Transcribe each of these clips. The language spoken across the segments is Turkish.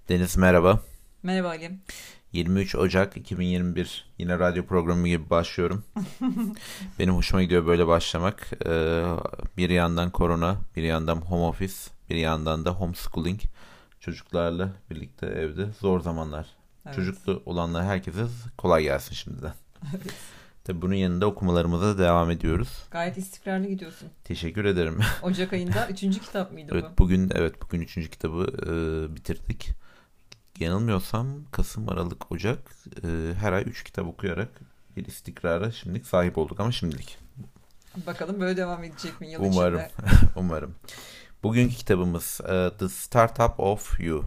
Deniz merhaba. Merhaba Ali. 23 Ocak 2021 yine radyo programı gibi başlıyorum. Benim hoşuma gidiyor böyle başlamak. Bir yandan korona, bir yandan home office, bir yandan da homeschooling. Çocuklarla birlikte evde zor zamanlar. Evet. Çocuklu olanlar herkese kolay gelsin şimdiden. Evet. Tabii bunun yanında okumalarımıza da devam ediyoruz. Gayet istikrarlı gidiyorsun. Teşekkür ederim. Ocak ayında üçüncü kitap mıydı Evet bu? bugün üçüncü kitabı bitirdik. Yanılmıyorsam Kasım, Aralık, Ocak her ay 3 kitap okuyarak bir istikrara şimdilik sahip olduk ama şimdilik. Bakalım böyle devam edecek mi yıl Umarım, içinde? umarım. Bugünkü kitabımız The Startup of You.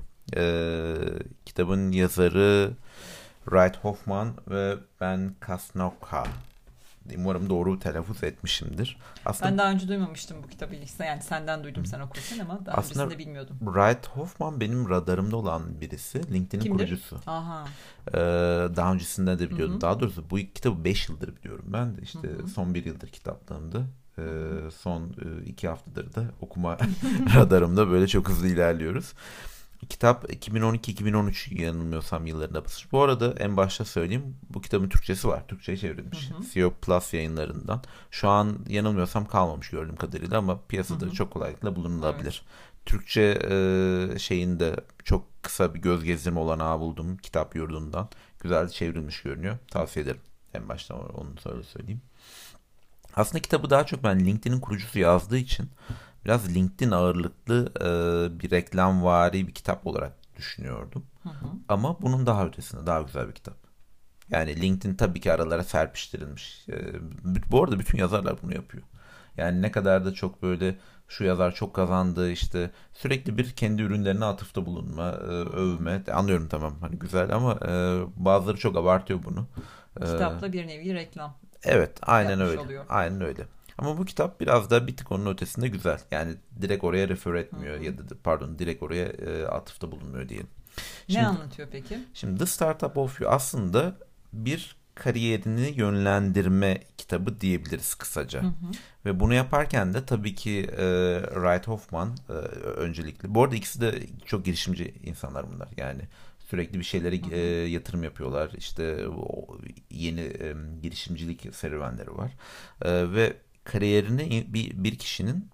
Kitabın yazarı Reid Hoffman ve Ben Casnocha. Umarım doğru telaffuz etmişimdir. Ben Aslında daha önce duymamıştım bu kitabı. Yani senden duydum sen okurken ama daha aslında öncesinde bilmiyordum. Reid Hoffman benim radarımda olan birisi. LinkedIn'in Kimdir? kurucusu. Aha. Ee, Daha öncesinde de Hı biliyordum. hı. Daha doğrusu bu kitabı 5 yıldır biliyorum. Ben de Hı işte hı. son bir yıldır kitaplarımda. Hı hı. Son 2 haftadır da okuma radarımda böyle çok hızlı ilerliyoruz. Kitap 2012-2013 yanılmıyorsam yıllarında basılmış. Bu arada en başta söyleyeyim, bu kitabın Türkçesi var. Türkçe'ye Hı çevrilmiş. hı. CEO Plus yayınlarından. Şu an yanılmıyorsam kalmamış gördüğüm kadarıyla ama Hı piyasada hı. çok kolaylıkla Evet. bulunabilir. Türkçe şeyinde çok kısa bir göz gezdirme olanağı buldum kitap yurdundan. Güzel çevrilmiş görünüyor. Tavsiye ederim. En başta onu söyleyeyim. Aslında kitabı daha çok ben LinkedIn'in kurucusu yazdığı için biraz LinkedIn ağırlıklı bir reklamvari bir kitap olarak düşünüyordum. Hı hı. Ama bunun daha ötesinde daha güzel bir kitap. Yani LinkedIn tabii ki aralara serpiştirilmiş. Bu arada bütün yazarlar bunu yapıyor. Yani ne kadar da çok böyle şu yazar çok kazandı işte sürekli bir kendi ürünlerine atıfta bulunma, Hı hı. övme. Anlıyorum tamam hani güzel ama bazıları çok abartıyor bunu. E, Kitapla bir nevi reklam Evet, aynen yapmış öyle. oluyor. Aynen öyle. Ama bu kitap biraz da bir tık onun ötesinde güzel. Yani direkt oraya refer Hı etmiyor hı. ya da pardon direkt oraya atıfta bulunmuyor diyelim. Ne Şimdi anlatıyor peki? şimdi The Startup of You aslında bir kariyerini yönlendirme kitabı diyebiliriz Hı kısaca. hı. Ve bunu yaparken de tabii ki Reid Hoffman öncelikle. Bu arada ikisi de çok girişimci insanlar bunlar. Yani sürekli bir şeylere Hı hı. yatırım yapıyorlar. İşte yeni girişimcilik serüvenleri var. Ve kariyerini bir kişinin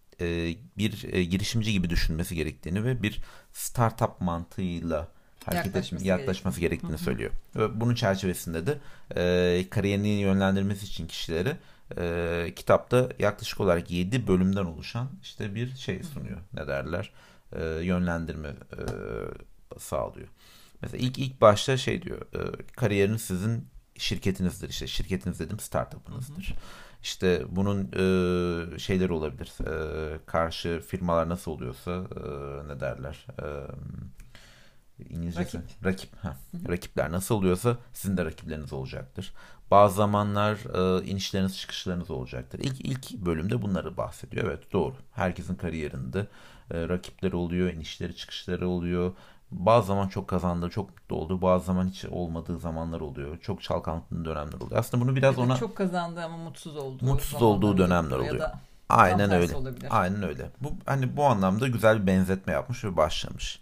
bir girişimci gibi düşünmesi gerektiğini ve bir startup mantığıyla Yaklaşması gerektiğini. yaklaşması Hı gerektiğini hı. söylüyor. Ve bunun çerçevesinde de kariyerini yönlendirmesi için kişilere kitapta yaklaşık olarak 7 bölümden oluşan işte bir şey Hı hı. sunuyor. Ne derler? Yönlendirme sağlıyor. Mesela ilk başta şey diyor. Kariyeriniz sizin şirketinizdir. İşte şirketiniz dedim Hı hı. startup'ınızdır. İşte bunun şeyleri olabilir. Karşı firmalar nasıl oluyorsa ne derler? İngilizcesi Rakip. rakip. Ha. Hı hı. Rakipler nasıl oluyorsa sizin de rakipleriniz olacaktır. Bazı zamanlar inişleriniz çıkışlarınız olacaktır. İlk bölümde bunları bahsediyor. Evet doğru. Herkesin kariyerinde rakipleri oluyor, inişleri çıkışları oluyor. Bazı zaman çok kazandığı, çok mutlu olduğu, bazı zaman hiç olmadığı zamanlar oluyor. Çok çalkantılı dönemler oluyor. Aslında bunu biraz Ya da ona çok kazandı ama mutsuz olduğu mutsuz olduğu zamanlar dönemler olabiliyor ya oluyor. da tam Aynen öyle. tersi olabilir. Aynen öyle. Bu hani bu anlamda güzel bir benzetme yapmış ve başlamış.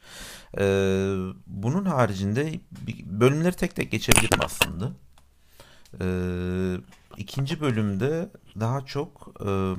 Bunun haricinde bölümleri tek tek geçebilirim aslında. İkinci bölümde daha çok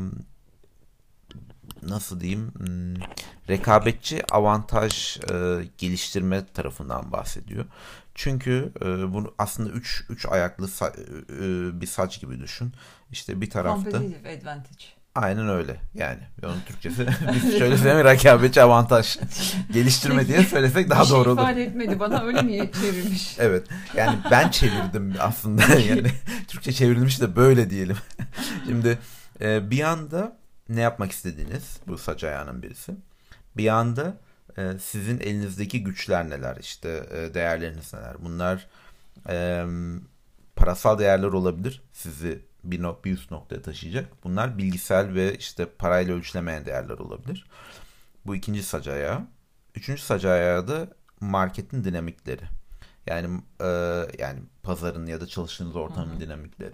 nasıl diyeyim rekabetçi avantaj geliştirme tarafından bahsediyor. Çünkü bunu aslında üç ayaklı bir saç gibi düşün. İşte bir tarafta Competitive advantage. aynen öyle yani. Onun Türkçesi biz şöyle söyleyeyim rekabetçi avantaj geliştirme diye Peki söylesek bir daha şey doğru olur. ifade etmedi bana öyle mi çevirmiş? Evet yani ben çevirdim aslında yani Peki. Türkçe çevrilmiş de böyle diyelim. Şimdi bir anda ne yapmak istediğiniz bu saç ayağının birisi. Bir anda sizin elinizdeki güçler neler işte değerleriniz neler. Bunlar e, parasal değerler olabilir. Sizi bir üst noktaya taşıyacak. Bunlar bilgisel ve işte parayla ölçülemeyen değerler olabilir. Bu ikinci sac ayağı. Üçüncü sac ayağı da marketin dinamikleri. Yani yani pazarın ya da çalıştığınız Hı ortamın hı. dinamikleri.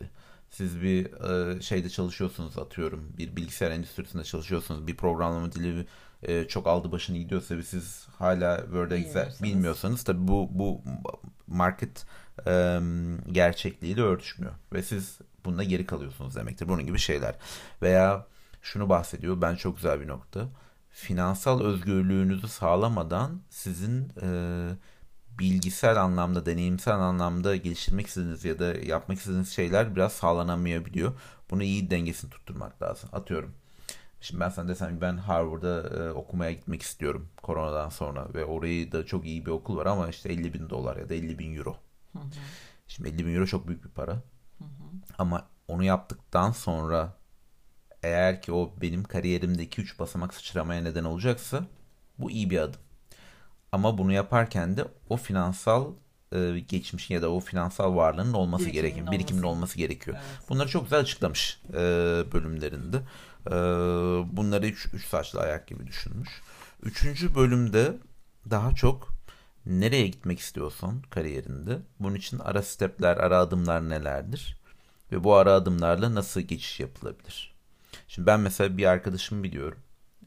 Siz bir şeyde çalışıyorsunuz, atıyorum. Bir bilgisayar endüstrisinde çalışıyorsunuz. Bir programlama dili çok aldı başını gidiyorsa ve siz hala Word Excel Bilmiyorsanız. bilmiyorsanız tabii bu market gerçekliğiyle örtüşmüyor. Ve siz bunda geri kalıyorsunuz demektir. Bunun gibi şeyler. Veya şunu bahsediyor. Ben çok güzel bir nokta. Finansal özgürlüğünüzü sağlamadan sizin bilgisel anlamda, deneyimsel anlamda geliştirmek istediğiniz ya da yapmak istediğiniz şeyler biraz sağlanamayabiliyor. Bunu iyi dengesini tutturmak lazım. Atıyorum. Şimdi ben sana desem ki ben Harvard'a okumaya gitmek istiyorum koronadan sonra ve orayı da çok iyi bir okul var ama işte 50 bin dolar ya da 50 bin euro. Hı hı. Şimdi 50 bin euro çok büyük bir para. Hı hı. Ama onu yaptıktan sonra eğer ki o benim kariyerimdeki 3 basamak sıçramaya neden olacaksa bu iyi bir adım. Ama bunu yaparken de o finansal geçmişin ya da o finansal varlığının olması Birikiminin gerekiyor. Birikimin olması. olması gerekiyor. Evet. Bunları çok güzel açıklamış bölümlerinde. E, Bunları üç saçlı ayak gibi düşünmüş. Üçüncü bölümde daha çok nereye gitmek istiyorsan kariyerinde. Bunun için ara stepler, ara adımlar nelerdir? Ve bu ara adımlarla nasıl geçiş yapılabilir? Şimdi ben mesela bir arkadaşımı biliyorum.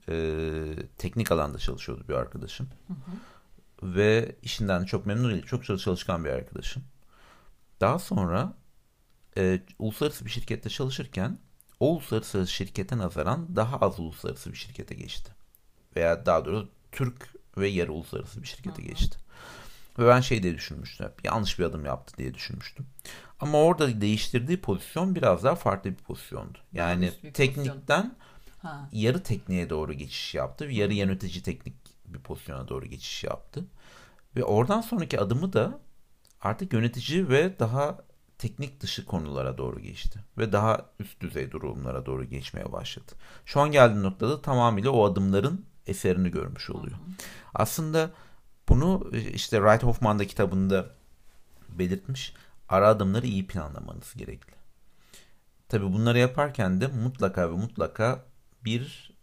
Teknik alanda çalışıyordu bir arkadaşım. Hı hı. Ve işinden çok memnun değil. Çok çalışkan bir arkadaşım. Daha sonra uluslararası bir şirkette çalışırken o uluslararası şirkete nazaran daha az uluslararası bir şirkete geçti. Veya daha doğrusu Türk ve yarı uluslararası bir Hı şirkete hı. geçti. Ve ben şey diye düşünmüştüm. Yanlış bir adım yaptı diye düşünmüştüm. Ama orada değiştirdiği pozisyon biraz daha farklı bir pozisyondu. Daha Yani üst bir pozisyon. teknikten Ha. yarı tekniğe doğru geçiş yaptı. Hı Yarı hı. yönetici teknik bir pozisyona doğru geçiş yaptı. Ve oradan sonraki adımı da artık yönetici ve daha teknik dışı konulara doğru geçti. Ve daha üst düzey durumlara doğru geçmeye başladı. Şu an geldiği noktada tamamıyla o adımların eserini görmüş Hı oluyor. hı. Aslında bunu işte Wright Hoffman da kitabında belirtmiş. Ara adımları iyi planlamanız gerekli. Tabii bunları yaparken de mutlaka ve mutlaka bir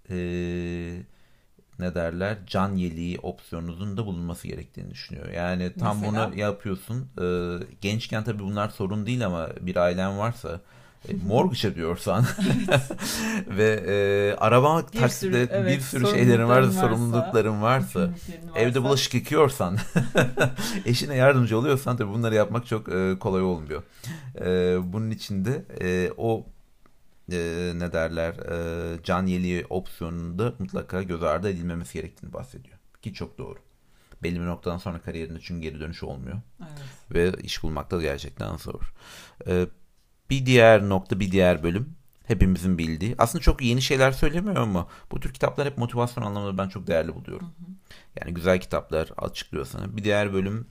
ne derler can yeleği opsiyonunuzun da bulunması gerektiğini düşünüyor. Yani tam bunu Mesela. yapıyorsun. Gençken tabii bunlar sorun değil ama bir ailen varsa mortgage ödüyorsan Evet. ve araba Bir sürü, takside bir evet, sürü şeylerin varsa, sorumlulukların varsa, sorumlulukların varsa, yükümlülüklerin evde varsa. bulaşık yıkıyorsan, eşine yardımcı oluyorsan tabii bunları yapmak çok kolay olmuyor. Bunun için de o ne derler can yeleği opsiyonunda mutlaka göz ardı edilmemesi gerektiğini bahsediyor. Ki çok doğru. Belli bir noktadan sonra kariyerinde çünkü geri dönüş olmuyor. Evet. Ve iş bulmak da gerçekten zor. E, Bir diğer nokta, bir diğer bölüm hepimizin bildiği. Aslında çok yeni şeyler söylemiyor ama bu tür kitaplar hep motivasyon anlamında ben çok değerli Hı buluyorum. hı. Yani güzel kitaplar açıklıyor sana. Bir diğer bölüm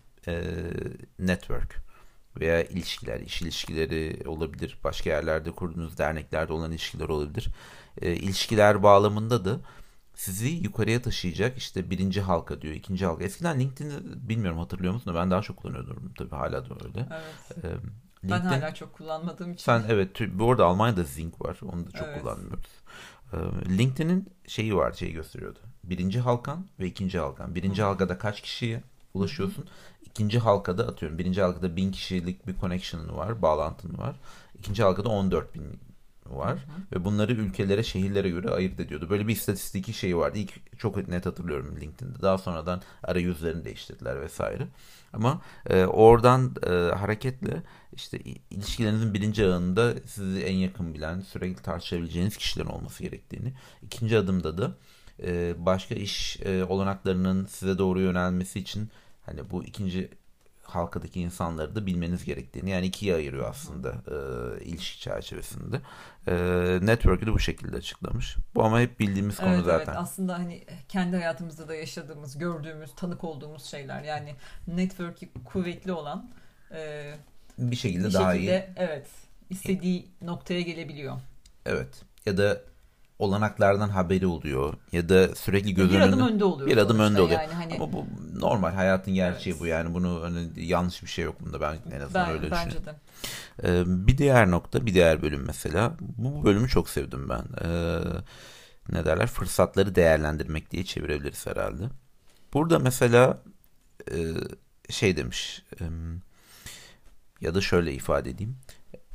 network veya ilişkiler, iş ilişkileri olabilir. Başka yerlerde kurduğunuz derneklerde olan ilişkiler olabilir. İlişkiler bağlamında da sizi yukarıya taşıyacak işte birinci halka diyor, ikinci halka. Eskiden LinkedIn'i bilmiyorum hatırlıyor musun? Ben daha çok kullanıyordum. Tabii hala da öyle. Evet. Ee, Ben LinkedIn hala çok kullanmadığım için. sen evet bu arada Almanya'da Zing var. Onu da çok Evet. kullanmıyoruz. LinkedIn'in şeyi var şeyi gösteriyordu. Birinci halkan ve ikinci halkan. Hı Birinci hı. halkada kaç kişiye Hı hı. ulaşıyorsun? İkinci halkada atıyorum. Birinci halkada 1000 kişilik bir connection'ın var. Bağlantın var. İkinci halkada 14 bin Hı var. hı. Ve bunları ülkelere, şehirlere göre ayırt ediyordu. Böyle bir istatistiki şeyi vardı. İlk çok net hatırlıyorum LinkedIn'de. Daha sonradan arayüzlerini değiştirdiler vesaire. Ama oradan hareketle işte ilişkilerinizin birinci ağında sizi en yakın bilen, sürekli tartışabileceğiniz kişilerin olması gerektiğini. İkinci adımda da başka iş olanaklarının size doğru yönelmesi için hani bu ikinci halkadaki insanları da bilmeniz gerektiğini yani ikiye ayırıyor Hı hı. aslında ilişki çerçevesinde. Network'ü de bu şekilde açıklamış. Bu ama hep bildiğimiz konu Evet, evet, zaten. aslında hani kendi hayatımızda da yaşadığımız, gördüğümüz, tanık olduğumuz şeyler. Yani network'i kuvvetli olan e, Bir bir şekilde daha iyi. şekilde, evet, istediği noktaya gelebiliyor. Evet. Ya da olanaklardan haberi oluyor ya da sürekli göz Bir adım önünde önde oluyor bir adım sonuçta önde oluyor. yani hani, Ama bu normal hayatın gerçeği bu evet, yani bunu hani yanlış bir şey yok bunda ben en azından öyle düşünüyorum. bence de. Bir diğer nokta bir diğer bölüm mesela bu bölümü çok sevdim ben. Ne derler fırsatları değerlendirmek diye çevirebiliriz herhalde. Burada mesela şey demiş ya da şöyle ifade edeyim.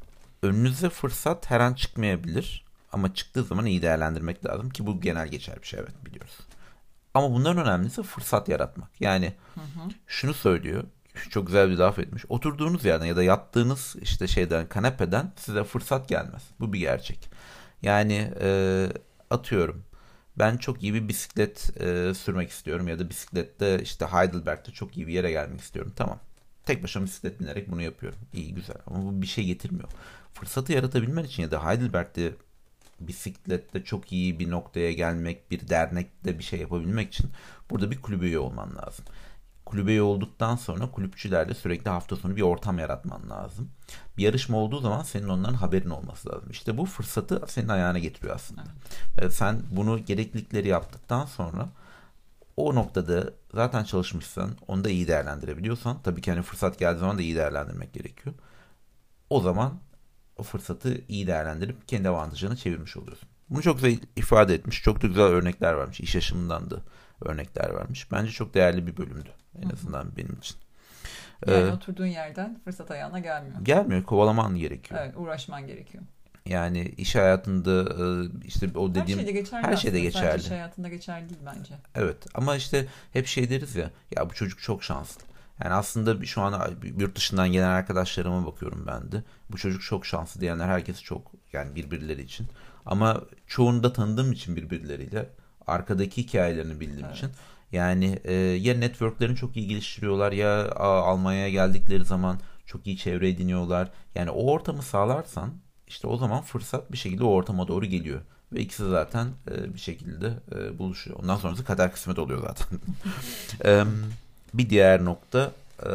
önünüze fırsat her an çıkmayabilir. Ama çıktığı zaman iyi değerlendirmek lazım ki bu genel geçer bir şey, evet, biliyoruz. Ama bundan önemlisi fırsat yaratmak. Yani Hı hı. şunu söylüyor. Çok güzel bir laf etmiş. Oturduğunuz yerden ya da yattığınız işte şeyden, kanepeden size fırsat gelmez. Bu bir gerçek. Yani atıyorum. Ben çok iyi bir bisiklet sürmek istiyorum ya da bisiklette işte Heidelberg'de çok iyi bir yere gelmek istiyorum. Tamam. Tek başıma bisiklet binerek bunu yapıyorum. İyi, güzel, ama bu bir şey getirmiyor. Fırsatı yaratabilmen için ya da Heidelberg'de bisiklette çok iyi bir noktaya gelmek, bir dernekte bir şey yapabilmek için burada bir kulübe üye olman lazım. Kulübe üye olduktan sonra kulüpçülerle sürekli hafta sonu bir ortam yaratman lazım. Bir yarışma olduğu zaman senin onların haberin olması lazım. İşte bu fırsatı senin ayağına getiriyor aslında. Sen bunu, gereklilikleri yaptıktan sonra o noktada zaten çalışmışsan, onu da iyi değerlendirebiliyorsan, tabii ki hani fırsat geldiği zaman da iyi değerlendirmek gerekiyor. O zaman o fırsatı iyi değerlendirip kendi avantajına çevirmiş oluyorsun. Bunu çok güzel ifade etmiş. Çok da güzel örnekler vermiş. İş yaşamından da örnekler vermiş. Bence çok değerli bir bölümdü. En azından benim için. Yani oturduğun yerden fırsat ayağına gelmiyor. Gelmiyor. Kovalaman gerekiyor. Evet, uğraşman gerekiyor. Yani iş hayatında işte o dediğim her şeyde geçerli her şeyde aslında. geçerli. Sadece iş hayatında geçerli değil bence. Evet, ama işte hep şey deriz ya, ya bu çocuk çok şanslı. Yani aslında şu an yurt dışından gelen arkadaşlarıma bakıyorum ben de. Bu çocuk çok şanslı diyenler herkes çok, yani birbirleri için. Ama çoğunu da tanıdığım için birbirleriyle, arkadaki hikayelerini bildiğim Evet. için. Yani ya networklerini çok iyi geliştiriyorlar ya Almanya'ya geldikleri zaman çok iyi çevre ediniyorlar. Yani o ortamı sağlarsan işte o zaman fırsat bir şekilde o ortama doğru geliyor. Ve ikisi zaten bir şekilde buluşuyor. Ondan sonrası kader kısmet oluyor zaten. E, Bir diğer nokta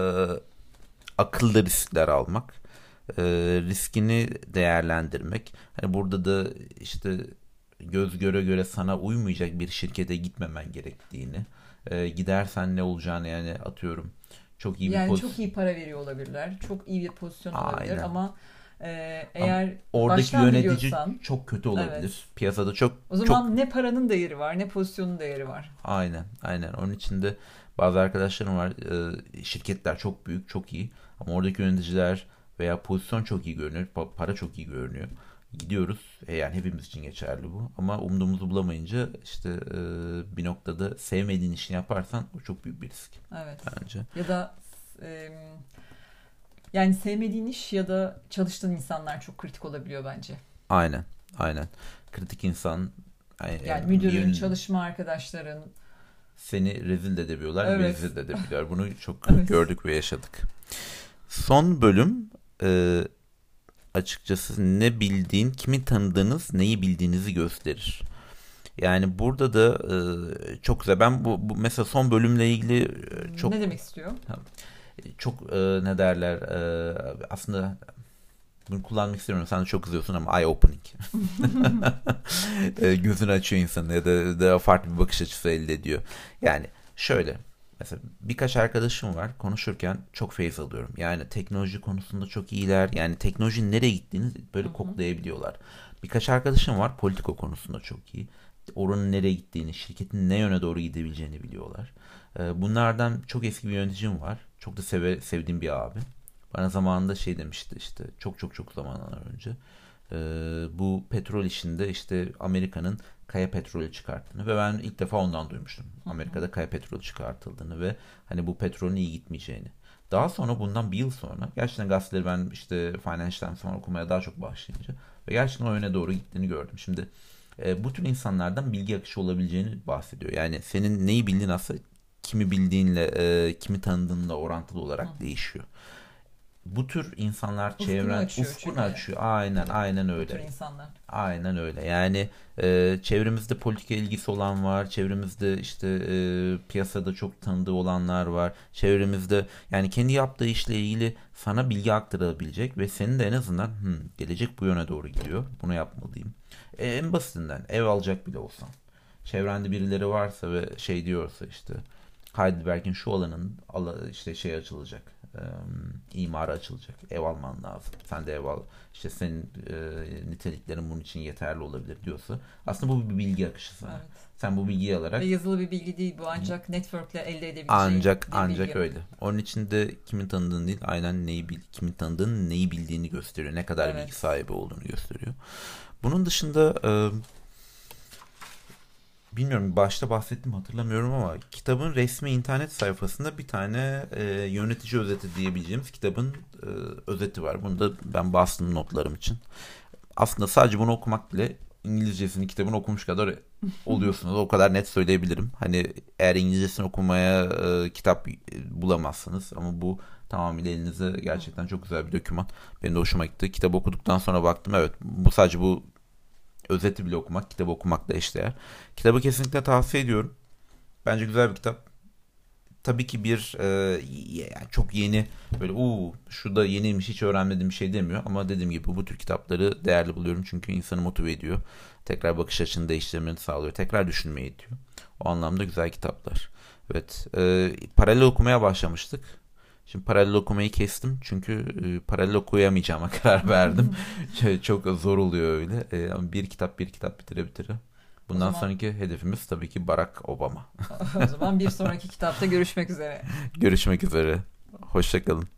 akıllı riskler almak. Riskini değerlendirmek. Hani burada da işte göz göre göre sana uymayacak bir şirkete gitmemen gerektiğini, gidersen ne olacağını, yani atıyorum çok iyi bir Yani çok iyi para veriyor olabilirler. Çok iyi bir pozisyon olabilir Aynen. ama Ama eğer oradaki baştan yönetici biliyorsan, çok kötü olabilir. evet, Piyasada çok o çok zaman ne paranın değeri var ne pozisyonun değeri var. aynen, aynen. Onun için de bazı arkadaşlarım var. Şirketler çok büyük, çok iyi. Ama oradaki yöneticiler veya pozisyon çok iyi görünüyor. Para çok iyi görünüyor. Gidiyoruz. Yani hepimiz için geçerli bu. Ama umduğumuzu bulamayınca işte bir noktada sevmediğin işini yaparsan o çok büyük bir risk Evet. bence. Ya da e, yani sevmediğin iş ya da çalıştığın insanlar çok kritik olabiliyor bence. Aynen, aynen. Kritik insan, Yani bir müdürün, yön- çalışma arkadaşların. seni rezil de edebiliyorlar, Evet. rezil de edebiliyorlar. Bunu çok Evet. gördük ve yaşadık. Son bölüm açıkçası ne bildiğin, kimi tanıdığınız, neyi bildiğinizi gösterir. Yani burada da çok güzel. Ben bu mesela son bölümle ilgili çok Ne demek istiyor? çok ne derler, aslında bunu kullanmak istemiyorum. Sen de çok kızıyorsun ama eye opening. Gözünü açıyor insanın ya da daha farklı bir bakış açısı elde ediyor. Yani şöyle, mesela birkaç arkadaşım var, konuşurken çok feyiz alıyorum. Yani teknoloji konusunda çok iyiler. Yani teknolojinin nereye gittiğini böyle koklayabiliyorlar. Birkaç arkadaşım var, politika konusunda çok iyi. Oranın nereye gittiğini, şirketin ne yöne doğru gidebileceğini biliyorlar. Bunlardan çok eski bir yöneticim var. Çok da sevdiğim bir abi. Bana zamanında şey demişti, işte çok çok çok zamanlar önce. Bu petrol işinde işte Amerika'nın kaya petrolü çıkarttığını ve ben ilk defa ondan duymuştum. Amerika'da kaya petrolü çıkartıldığını ve hani bu petrolün iyi gitmeyeceğini. Daha sonra, bundan bir yıl sonra, gerçekten gazeteleri ben işte Financial Times falan okumaya daha çok başlayınca ve gerçekten o yöne doğru gittiğini gördüm. Şimdi bu tür insanlardan bilgi akışı olabileceğini bahsediyor. Yani senin neyi bildiğin aslında kimi bildiğinle, kimi tanıdığınla orantılı olarak değişiyor. Bu tür insanlar Ufkunu çevren açıyor ufkunu çünkü. açıyor. Aynen, aynen Bu tür öyle. insanlar. Aynen öyle. Yani çevremizde politika ilgisi olan var. Çevremizde işte piyasada çok tanıdığı olanlar var. Çevremizde yani kendi yaptığı işle ilgili sana bilgi aktarabilecek ve senin de en azından gelecek bu yöne doğru gidiyor, bunu yapmalıyım. En basitinden ev alacak bile olsan. Çevrende birileri varsa ve şey diyorsa, işte Heidelberg'in şu alanın işte şey açılacak. imara açılacak. Ev alman lazım. Sen de ev al. İşte senin niteliklerin bunun için yeterli olabilir diyorsa. Aslında bu bir bilgi akışı sana. Evet. Sen bu bilgiyi alarak Ve yazılı bir bilgi değil bu, ancak network'le elde edebileceğin ancak bilgi. öyle. Onun için de kimin tanıdığın değil, aynen kimin tanıdığın neyi bildiğini gösteriyor. Ne kadar bilgi sahibi olduğunu gösteriyor. Bunun dışında bilmiyorum, başta bahsettim hatırlamıyorum ama kitabın resmi internet sayfasında bir tane yönetici özeti diyebileceğimiz kitabın özeti var. Bunu da ben bastım notlarım için. Aslında sadece bunu okumak bile İngilizcesini kitabın okumuş kadar oluyorsunuz. O kadar net söyleyebilirim. Hani eğer İngilizcesini okumaya kitap bulamazsınız ama bu tamamıyla elinize gerçekten çok güzel bir doküman. Benim de hoşuma gitti. Kitabı okuduktan sonra baktım, evet, bu sadece bu özeti bile okumak kitabı okumakla eşdeğer. Kitabı kesinlikle tavsiye ediyorum. Bence güzel bir kitap. Tabii ki yani çok yeni, böyle şu da yeniymiş, hiç öğrenmediğim bir şey demiyor ama dediğim gibi bu tür kitapları değerli buluyorum çünkü insanı motive ediyor. Tekrar bakış açını değiştirmeni sağlıyor. Tekrar düşünmeyi itiyor. O anlamda güzel kitaplar. Evet, paralel okumaya başlamıştık. Şimdi paralel okumayı kestim çünkü paralel okuyamayacağıma karar verdim. Çok zor oluyor öyle. Ama bir kitap bitire. Bundan sonraki hedefimiz tabii ki Barack Obama. O zaman bir sonraki kitapta görüşmek üzere. Görüşmek üzere. Hoşça kalın.